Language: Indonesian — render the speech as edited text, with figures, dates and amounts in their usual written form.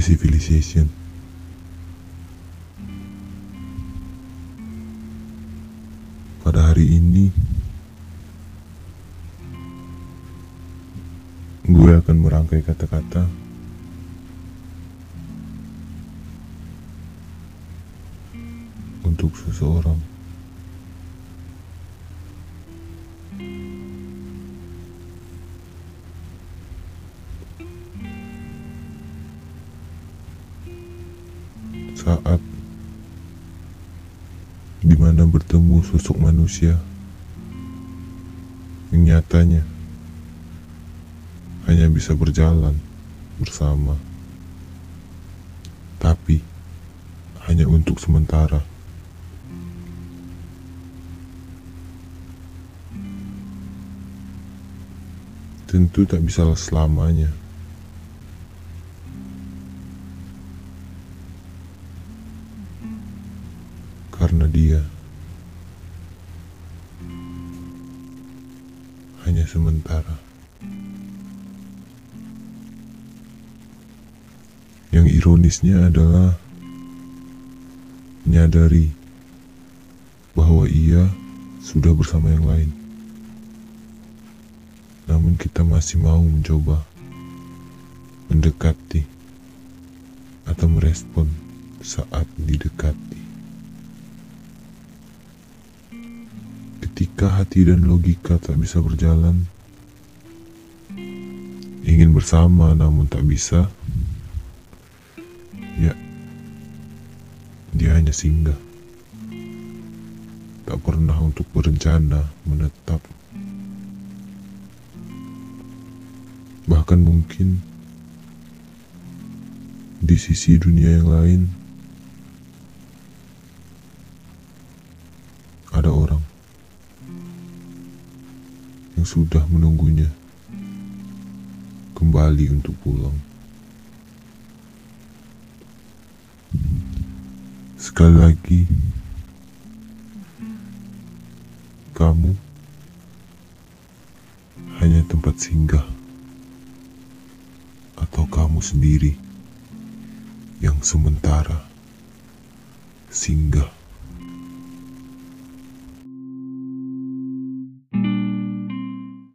civilization. Pada hari ini, gue akan merangkai kata-kata untuk seseorang. Saat dimana bertemu sosok manusia yang nyatanya hanya bisa berjalan bersama, tapi hanya untuk sementara. Tentu tak bisa selamanya. Karena dia hanya sementara. Yang ironisnya adalah menyadari bahwa ia sudah bersama yang lain. Namun kita masih mau mencoba mendekati atau merespon saat didekati. Ketika hati dan logika tak bisa berjalan, ingin bersama namun tak bisa, ya, dia hanya singgah. Tak pernah untuk berencana menetap. Bahkan mungkin di sisi dunia yang lain ada orang yang sudah menunggunya kembali untuk pulang. Sekali lagi, kamu hanya tempat singgah, atau kamu sendiri yang sementara singgah.